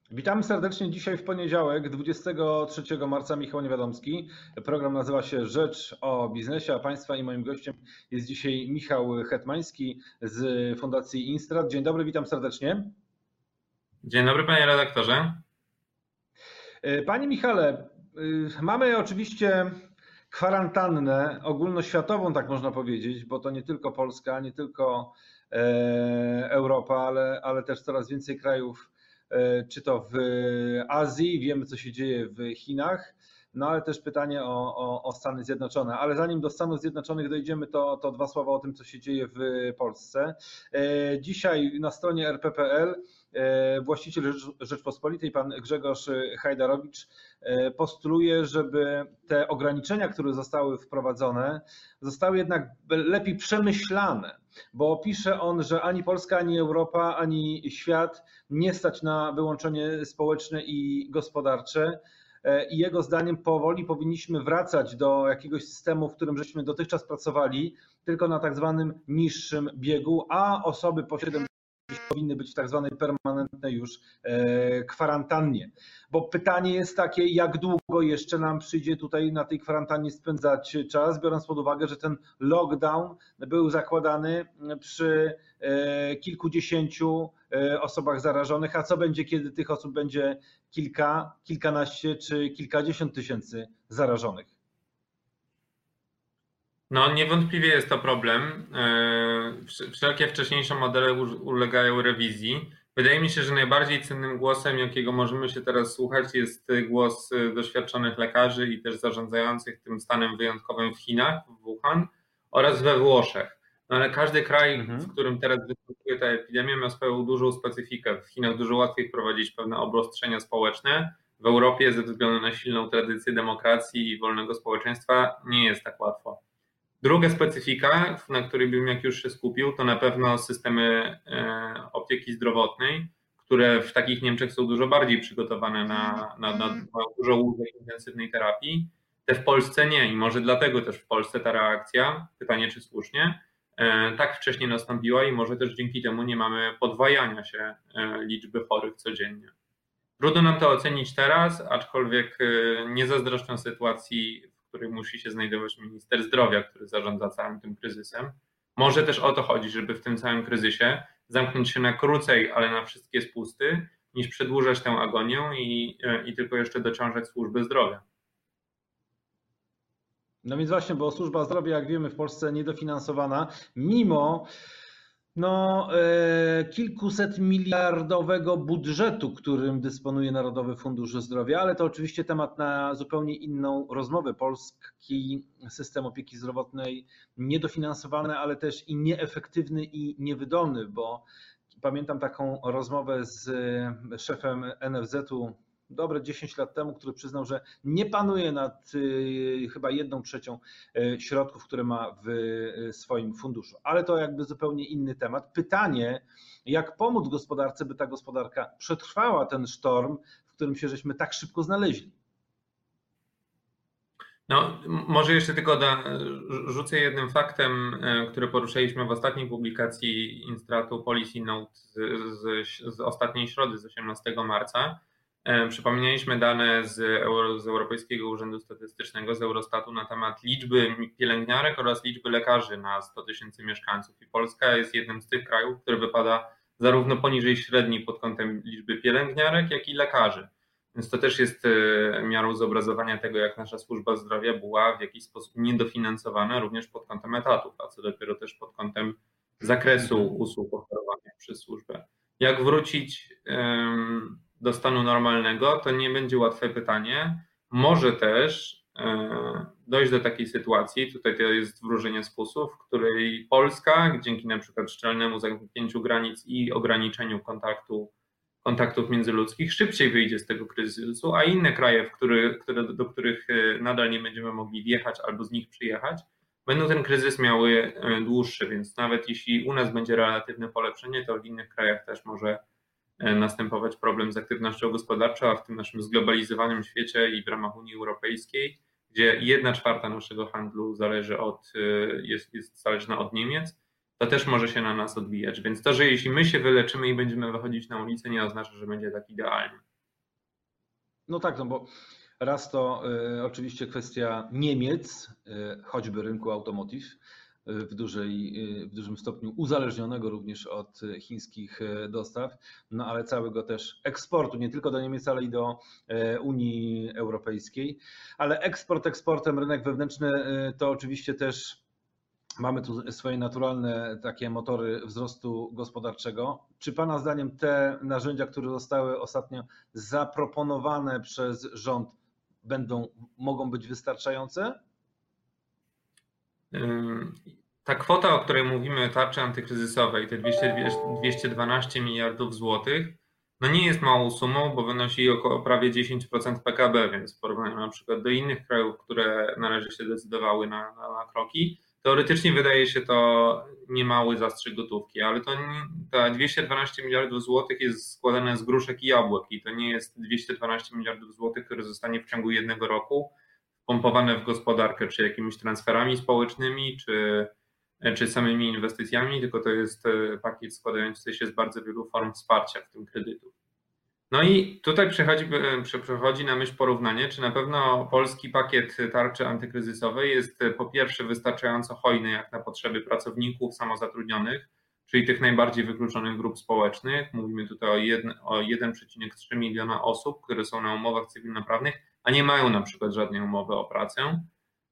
Witamy serdecznie dzisiaj w poniedziałek, 23 marca, Michał Niewiadomski. Program nazywa się Rzecz o Biznesie, a Państwa i moim gościem jest dzisiaj Michał Hetmański z Fundacji Instrat. Dzień dobry, witam serdecznie. Dzień dobry, panie redaktorze. Panie Michale, mamy oczywiście kwarantannę ogólnoświatową, tak można powiedzieć, bo to nie tylko Polska, nie tylko Europa, ale też coraz więcej krajów, czy to w Azji, wiemy co się dzieje w Chinach, no ale też pytanie o Stany Zjednoczone. Ale zanim do Stanów Zjednoczonych dojdziemy, to dwa słowa o tym, co się dzieje w Polsce. Dzisiaj na stronie rp.pl właściciel Rzeczpospolitej, pan Grzegorz Hajdarowicz, postuluje, żeby te ograniczenia, które zostały wprowadzone, zostały jednak lepiej przemyślane, bo pisze on, że ani Polska, ani Europa, ani świat nie stać na wyłączenie społeczne i gospodarcze. I jego zdaniem powoli powinniśmy wracać do jakiegoś systemu, w którym żeśmy dotychczas pracowali, tylko na tak zwanym niższym biegu, a osoby po 7 powinny być w tak zwanej permanentnej już kwarantannie. Bo pytanie jest takie, jak długo jeszcze nam przyjdzie tutaj na tej kwarantannie spędzać czas, biorąc pod uwagę, że ten lockdown był zakładany przy kilkudziesięciu osobach zarażonych, a co będzie, kiedy tych osób będzie kilka, kilkanaście czy kilkadziesiąt tysięcy zarażonych? No niewątpliwie jest to problem. Wszelkie wcześniejsze modele ulegają rewizji. Wydaje mi się, że najbardziej cennym głosem, jakiego możemy się teraz słuchać, jest głos doświadczonych lekarzy i też zarządzających tym stanem wyjątkowym w Chinach, w Wuhan oraz we Włoszech. No ale każdy kraj, w którym teraz występuje ta epidemia, ma swoją dużą specyfikę. W Chinach dużo łatwiej wprowadzić pewne obostrzenia społeczne. W Europie ze względu na silną tradycję demokracji i wolnego społeczeństwa nie jest tak łatwo. Druga specyfika, na której bym jak już się skupił, to na pewno systemy opieki zdrowotnej, które w takich Niemczech są dużo bardziej przygotowane na dużo łóżek intensywnej terapii. Te w Polsce nie i może dlatego też w Polsce ta reakcja, pytanie czy słusznie, tak wcześnie nastąpiła i może też dzięki temu nie mamy podwajania się liczby chorych codziennie. Trudno nam to ocenić teraz, aczkolwiek nie zazdroszczę sytuacji, w której musi się znajdować minister zdrowia, który zarządza całym tym kryzysem. Może też o to chodzi, żeby w tym całym kryzysie zamknąć się na krócej, ale na wszystkie spusty, niż przedłużać tę agonię i tylko jeszcze dociążać służby zdrowia. No więc właśnie, bo służba zdrowia, jak wiemy, w Polsce niedofinansowana, mimo kilkuset miliardowego budżetu, którym dysponuje Narodowy Fundusz Zdrowia, ale to oczywiście temat na zupełnie inną rozmowę. Polski system opieki zdrowotnej niedofinansowany, ale też i nieefektywny i niewydolny, bo pamiętam taką rozmowę z szefem NFZ-u dobre 10 lat temu, który przyznał, że nie panuje nad chyba 1/3 środków, które ma w swoim funduszu. Ale to jakby zupełnie inny temat. Pytanie, jak pomóc gospodarce, by ta gospodarka przetrwała ten sztorm, w którym się żeśmy tak szybko znaleźli? No, może jeszcze tylko rzucę jednym faktem, który poruszaliśmy w ostatniej publikacji Instratu Policy Note z ostatniej środy, z 18 marca. Przypomnieliśmy dane z Europejskiego Urzędu Statystycznego, z Eurostatu na temat liczby pielęgniarek oraz liczby lekarzy na 100 tysięcy mieszkańców. I Polska jest jednym z tych krajów, który wypada zarówno poniżej średniej pod kątem liczby pielęgniarek, jak i lekarzy. Więc to też jest miarą zobrazowania tego, jak nasza służba zdrowia była w jakiś sposób niedofinansowana również pod kątem etatów, a co dopiero też pod kątem zakresu usług oferowanych przez służbę. Jak wrócić do stanu normalnego, to nie będzie łatwe pytanie. Może też dojść do takiej sytuacji, tutaj to jest wróżenie z fusów, w której Polska dzięki na przykład szczelnemu zamknięciu granic i ograniczeniu kontaktów międzyludzkich szybciej wyjdzie z tego kryzysu, a inne kraje, do których nadal nie będziemy mogli wjechać albo z nich przyjechać, będą ten kryzys miały dłuższy, więc nawet jeśli u nas będzie relatywne polepszenie, to w innych krajach też może następować problem z aktywnością gospodarczą, a w tym naszym zglobalizowanym świecie i w ramach Unii Europejskiej, gdzie 1/4 naszego handlu jest zależna od Niemiec, to też może się na nas odbijać. Więc to, że jeśli my się wyleczymy i będziemy wychodzić na ulicę, nie oznacza, że będzie tak idealnie. No tak, no bo raz to oczywiście kwestia Niemiec, choćby rynku automotive, w dużym stopniu uzależnionego również od chińskich dostaw, no ale całego też eksportu, nie tylko do Niemiec, ale i do Unii Europejskiej. Ale eksport eksportem, rynek wewnętrzny to oczywiście też mamy tu swoje naturalne takie motory wzrostu gospodarczego. Czy Pana zdaniem te narzędzia, które zostały ostatnio zaproponowane przez rząd, mogą być wystarczające? Ta kwota, o której mówimy, tarczy antykryzysowej, te 212 miliardów złotych, no nie jest małą sumą, bo wynosi około prawie 10% PKB, więc w porównaniu na przykład do innych krajów, które na razie się decydowały na kroki, teoretycznie wydaje się to niemały zastrzyk gotówki, ale to 212 miliardów złotych jest składane z gruszek i jabłek i to nie jest 212 miliardów złotych, które zostanie w ciągu jednego roku pompowane w gospodarkę, czy jakimiś transferami społecznymi, czy samymi inwestycjami, tylko to jest pakiet składający się z bardzo wielu form wsparcia, w tym kredytów. No i tutaj przychodzi na myśl porównanie, czy na pewno polski pakiet tarczy antykryzysowej jest po pierwsze wystarczająco hojny jak na potrzeby pracowników samozatrudnionych, czyli tych najbardziej wykluczonych grup społecznych. Mówimy tutaj o 1,3 miliona osób, które są na umowach cywilnoprawnych, a nie mają na przykład żadnej umowy o pracę,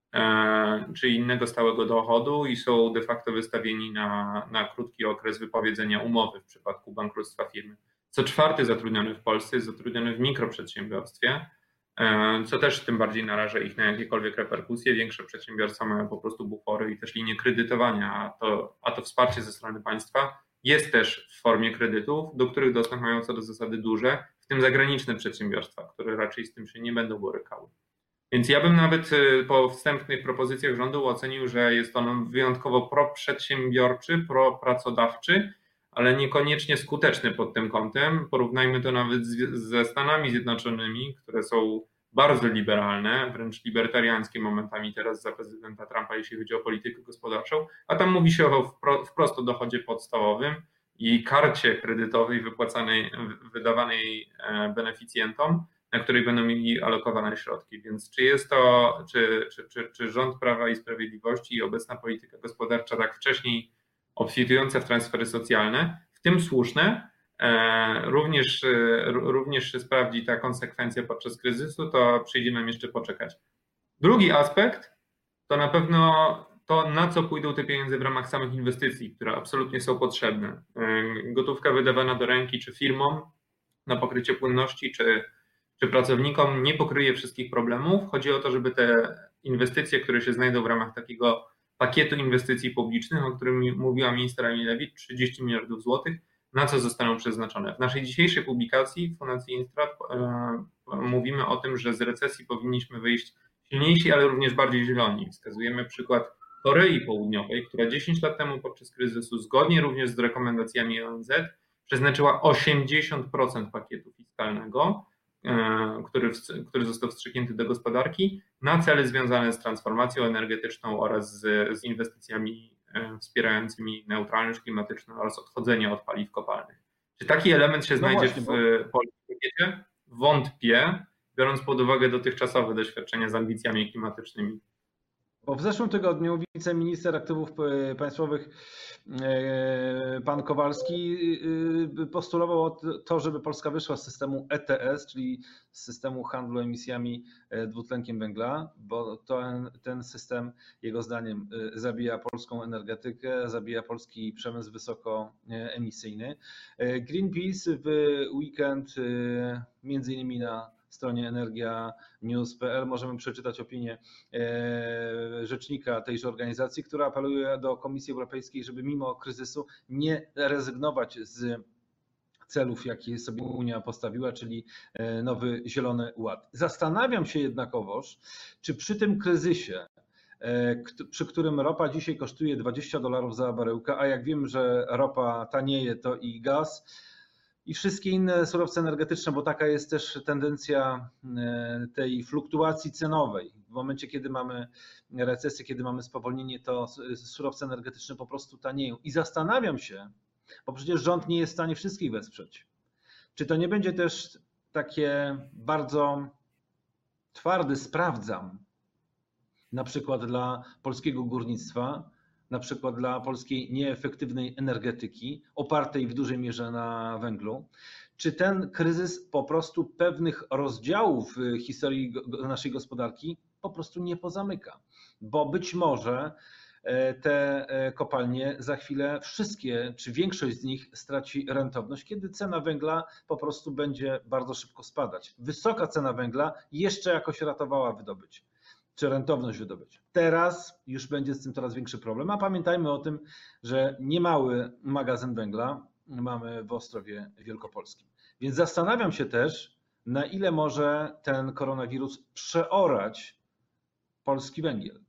czy innego stałego dochodu i są de facto wystawieni na krótki okres wypowiedzenia umowy w przypadku bankructwa firmy. Co czwarty zatrudniony w Polsce jest zatrudniony w mikroprzedsiębiorstwie, co też tym bardziej naraża ich na jakiekolwiek reperkusje. Większe przedsiębiorstwa mają po prostu bufory i też linie kredytowania, a to wsparcie ze strony państwa jest też w formie kredytów, do których dostęp mają co do zasady duże, w tym zagraniczne przedsiębiorstwa, które raczej z tym się nie będą borykały. Więc ja bym nawet po wstępnych propozycjach rządu ocenił, że jest on wyjątkowo proprzedsiębiorczy, propracodawczy, ale niekoniecznie skuteczny pod tym kątem. Porównajmy to nawet ze Stanami Zjednoczonymi, które są bardzo liberalne, wręcz libertariańskie momentami teraz za prezydenta Trumpa, jeśli chodzi o politykę gospodarczą, a tam mówi się wprost o dochodzie podstawowym i karcie kredytowej wydawanej beneficjentom, na której będą mieli alokowane środki. Więc czy rząd Prawa i Sprawiedliwości i obecna polityka gospodarcza tak wcześniej obfitujące w transfery socjalne, w tym słuszne, również się sprawdzi ta konsekwencja podczas kryzysu, to przyjdzie nam jeszcze poczekać. Drugi aspekt to na pewno to, na co pójdą te pieniądze w ramach samych inwestycji, które absolutnie są potrzebne. Gotówka wydawana do ręki czy firmom na pokrycie płynności, czy pracownikom nie pokryje wszystkich problemów. Chodzi o to, żeby te inwestycje, które się znajdą w ramach takiego pakietu inwestycji publicznych, o którym mówiła minister Emilewicz, 30 miliardów złotych, na co zostaną przeznaczone. W naszej dzisiejszej publikacji w Fundacji Instrat mówimy o tym, że z recesji powinniśmy wyjść silniejsi, ale również bardziej zieloni. Wskazujemy przykład Korei Południowej, która 10 lat temu podczas kryzysu, zgodnie również z rekomendacjami ONZ, przeznaczyła 80% pakietu fiskalnego, który został wstrzyknięty do gospodarki, na cele związane z transformacją energetyczną oraz z inwestycjami wspierającymi neutralność klimatyczną oraz odchodzenie od paliw kopalnych. Czy taki element się znajdzie w polskim pakiecie? Wątpię, biorąc pod uwagę dotychczasowe doświadczenia z ambicjami klimatycznymi. Bo w zeszłym tygodniu wiceminister aktywów państwowych pan Kowalski postulował to, żeby Polska wyszła z systemu ETS, czyli z systemu handlu emisjami dwutlenkiem węgla, bo ten system, jego zdaniem, zabija polską energetykę, zabija polski przemysł wysokoemisyjny. Greenpeace w weekend, między innymi na stronie energianews.pl możemy przeczytać opinię rzecznika tejże organizacji, która apeluje do Komisji Europejskiej, żeby mimo kryzysu nie rezygnować z celów, jakie sobie Unia postawiła, czyli nowy Zielony Ład. Zastanawiam się jednakowoż, czy przy tym kryzysie, przy którym ropa dzisiaj kosztuje $20 za baryłkę, a jak wiem, że ropa tanieje, to i gaz, i wszystkie inne surowce energetyczne, bo taka jest też tendencja tej fluktuacji cenowej. W momencie, kiedy mamy recesję, kiedy mamy spowolnienie, to surowce energetyczne po prostu tanieją. I zastanawiam się, bo przecież rząd nie jest w stanie wszystkich wesprzeć. Czy to nie będzie też takie bardzo twardy sprawdzam, na przykład dla polskiego górnictwa, na przykład dla polskiej nieefektywnej energetyki, opartej w dużej mierze na węglu, czy ten kryzys po prostu pewnych rozdziałów historii naszej gospodarki po prostu nie pozamyka, bo być może te kopalnie za chwilę wszystkie, czy większość z nich straci rentowność, kiedy cena węgla po prostu będzie bardzo szybko spadać. Wysoka cena węgla jeszcze jakoś ratowała wydobycie, czy rentowność wydobycia. Teraz już będzie z tym coraz większy problem, a pamiętajmy o tym, że niemały magazyn węgla mamy w Ostrowie Wielkopolskim. Więc zastanawiam się też, na ile może ten koronawirus przeorać polski węgiel.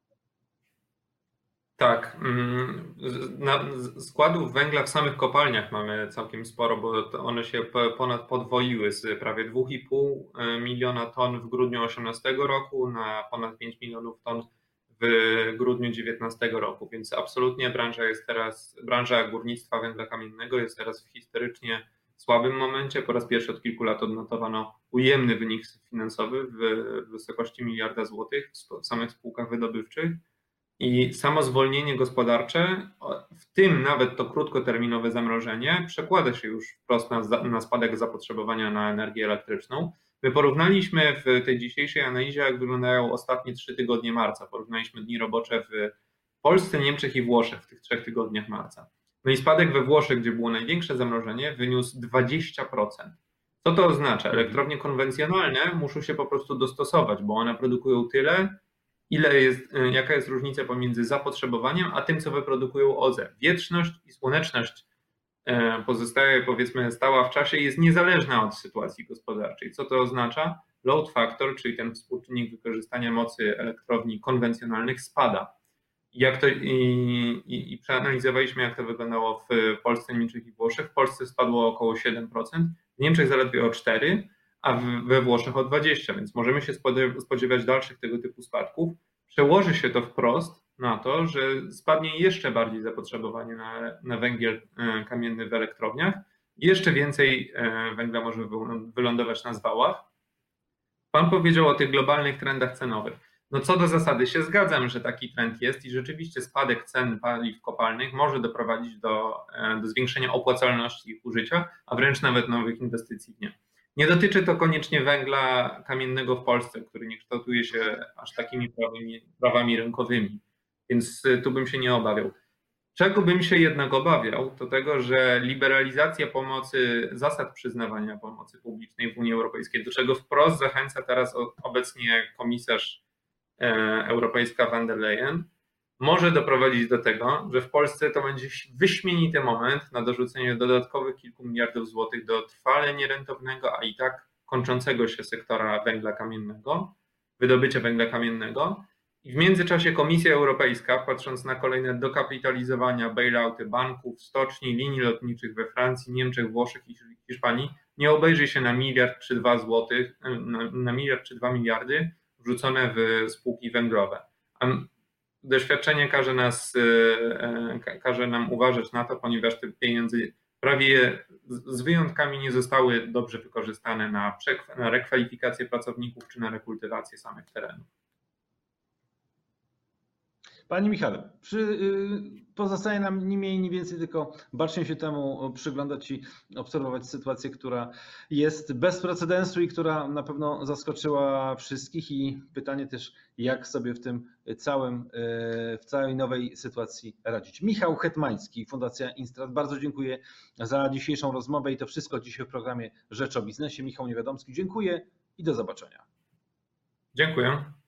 Tak, składów węgla w samych kopalniach mamy całkiem sporo, bo one się ponad podwoiły z prawie 2,5 miliona ton w grudniu 2018 roku na ponad 5 milionów ton w grudniu 2019 roku, więc absolutnie branża górnictwa węgla kamiennego jest teraz w historycznie słabym momencie. Po raz pierwszy od kilku lat odnotowano ujemny wynik finansowy w wysokości miliarda złotych w samych spółkach wydobywczych. I samo zwolnienie gospodarcze, w tym nawet to krótkoterminowe zamrożenie, przekłada się już wprost na spadek zapotrzebowania na energię elektryczną. My porównaliśmy w tej dzisiejszej analizie, jak wyglądają ostatnie 3 tygodnie marca. Porównaliśmy dni robocze w Polsce, Niemczech i Włoszech w tych 3 tygodniach marca. No i spadek we Włoszech, gdzie było największe zamrożenie, wyniósł 20%. Co to oznacza? Elektrownie konwencjonalne muszą się po prostu dostosować, bo one produkują tyle, jaka jest różnica pomiędzy zapotrzebowaniem, a tym, co wyprodukują OZE. Wietrzność i słoneczność pozostaje, powiedzmy, stała w czasie i jest niezależna od sytuacji gospodarczej. Co to oznacza? Load factor, czyli ten współczynnik wykorzystania mocy elektrowni konwencjonalnych spada. I przeanalizowaliśmy, jak to wyglądało w Polsce, Niemczech i Włoszech. W Polsce spadło około 7%, w Niemczech zaledwie o 4%, a we Włoszech o 20%, więc możemy się spodziewać dalszych tego typu spadków. Przełoży się to wprost na to, że spadnie jeszcze bardziej zapotrzebowanie na węgiel kamienny w elektrowniach. Jeszcze więcej węgla może wylądować na zwałach. Pan powiedział o tych globalnych trendach cenowych. No co do zasady się zgadzam, że taki trend jest i rzeczywiście spadek cen paliw kopalnych może doprowadzić do zwiększenia opłacalności ich użycia, a wręcz nawet nowych inwestycji w nie. Nie dotyczy to koniecznie węgla kamiennego w Polsce, który nie kształtuje się aż takimi prawami rynkowymi, więc tu bym się nie obawiał. Czego bym się jednak obawiał, to tego, że liberalizacja pomocy, zasad przyznawania pomocy publicznej w Unii Europejskiej, do czego wprost zachęca teraz obecnie komisarz europejska von der Leyen, może doprowadzić do tego, że w Polsce to będzie wyśmienity moment na dorzucenie dodatkowych kilku miliardów złotych do trwale nierentownego, a i tak kończącego się sektora węgla kamiennego, wydobycia węgla kamiennego. I w międzyczasie Komisja Europejska, patrząc na kolejne dokapitalizowania, bailouty banków, stoczni, linii lotniczych we Francji, Niemczech, Włoszech i Hiszpanii, nie obejrzy się na miliard czy 2 złotych, na miliard czy 2 miliardy wrzucone w spółki węglowe. A doświadczenie każe nam uważać na to, ponieważ te pieniądze prawie z wyjątkami nie zostały dobrze wykorzystane na rekwalifikację pracowników czy na rekultywację samych terenów. Panie Michale, pozostaje nam nie mniej, nie więcej tylko bacznie się temu przyglądać i obserwować sytuację, która jest bez precedensu i która na pewno zaskoczyła wszystkich, i pytanie też, jak sobie w tym w całej nowej sytuacji radzić. Michał Hetmański, Fundacja Instrat, bardzo dziękuję za dzisiejszą rozmowę i to wszystko dzisiaj w programie Rzecz o Biznesie. Michał Niewiadomski, dziękuję i do zobaczenia. Dziękuję.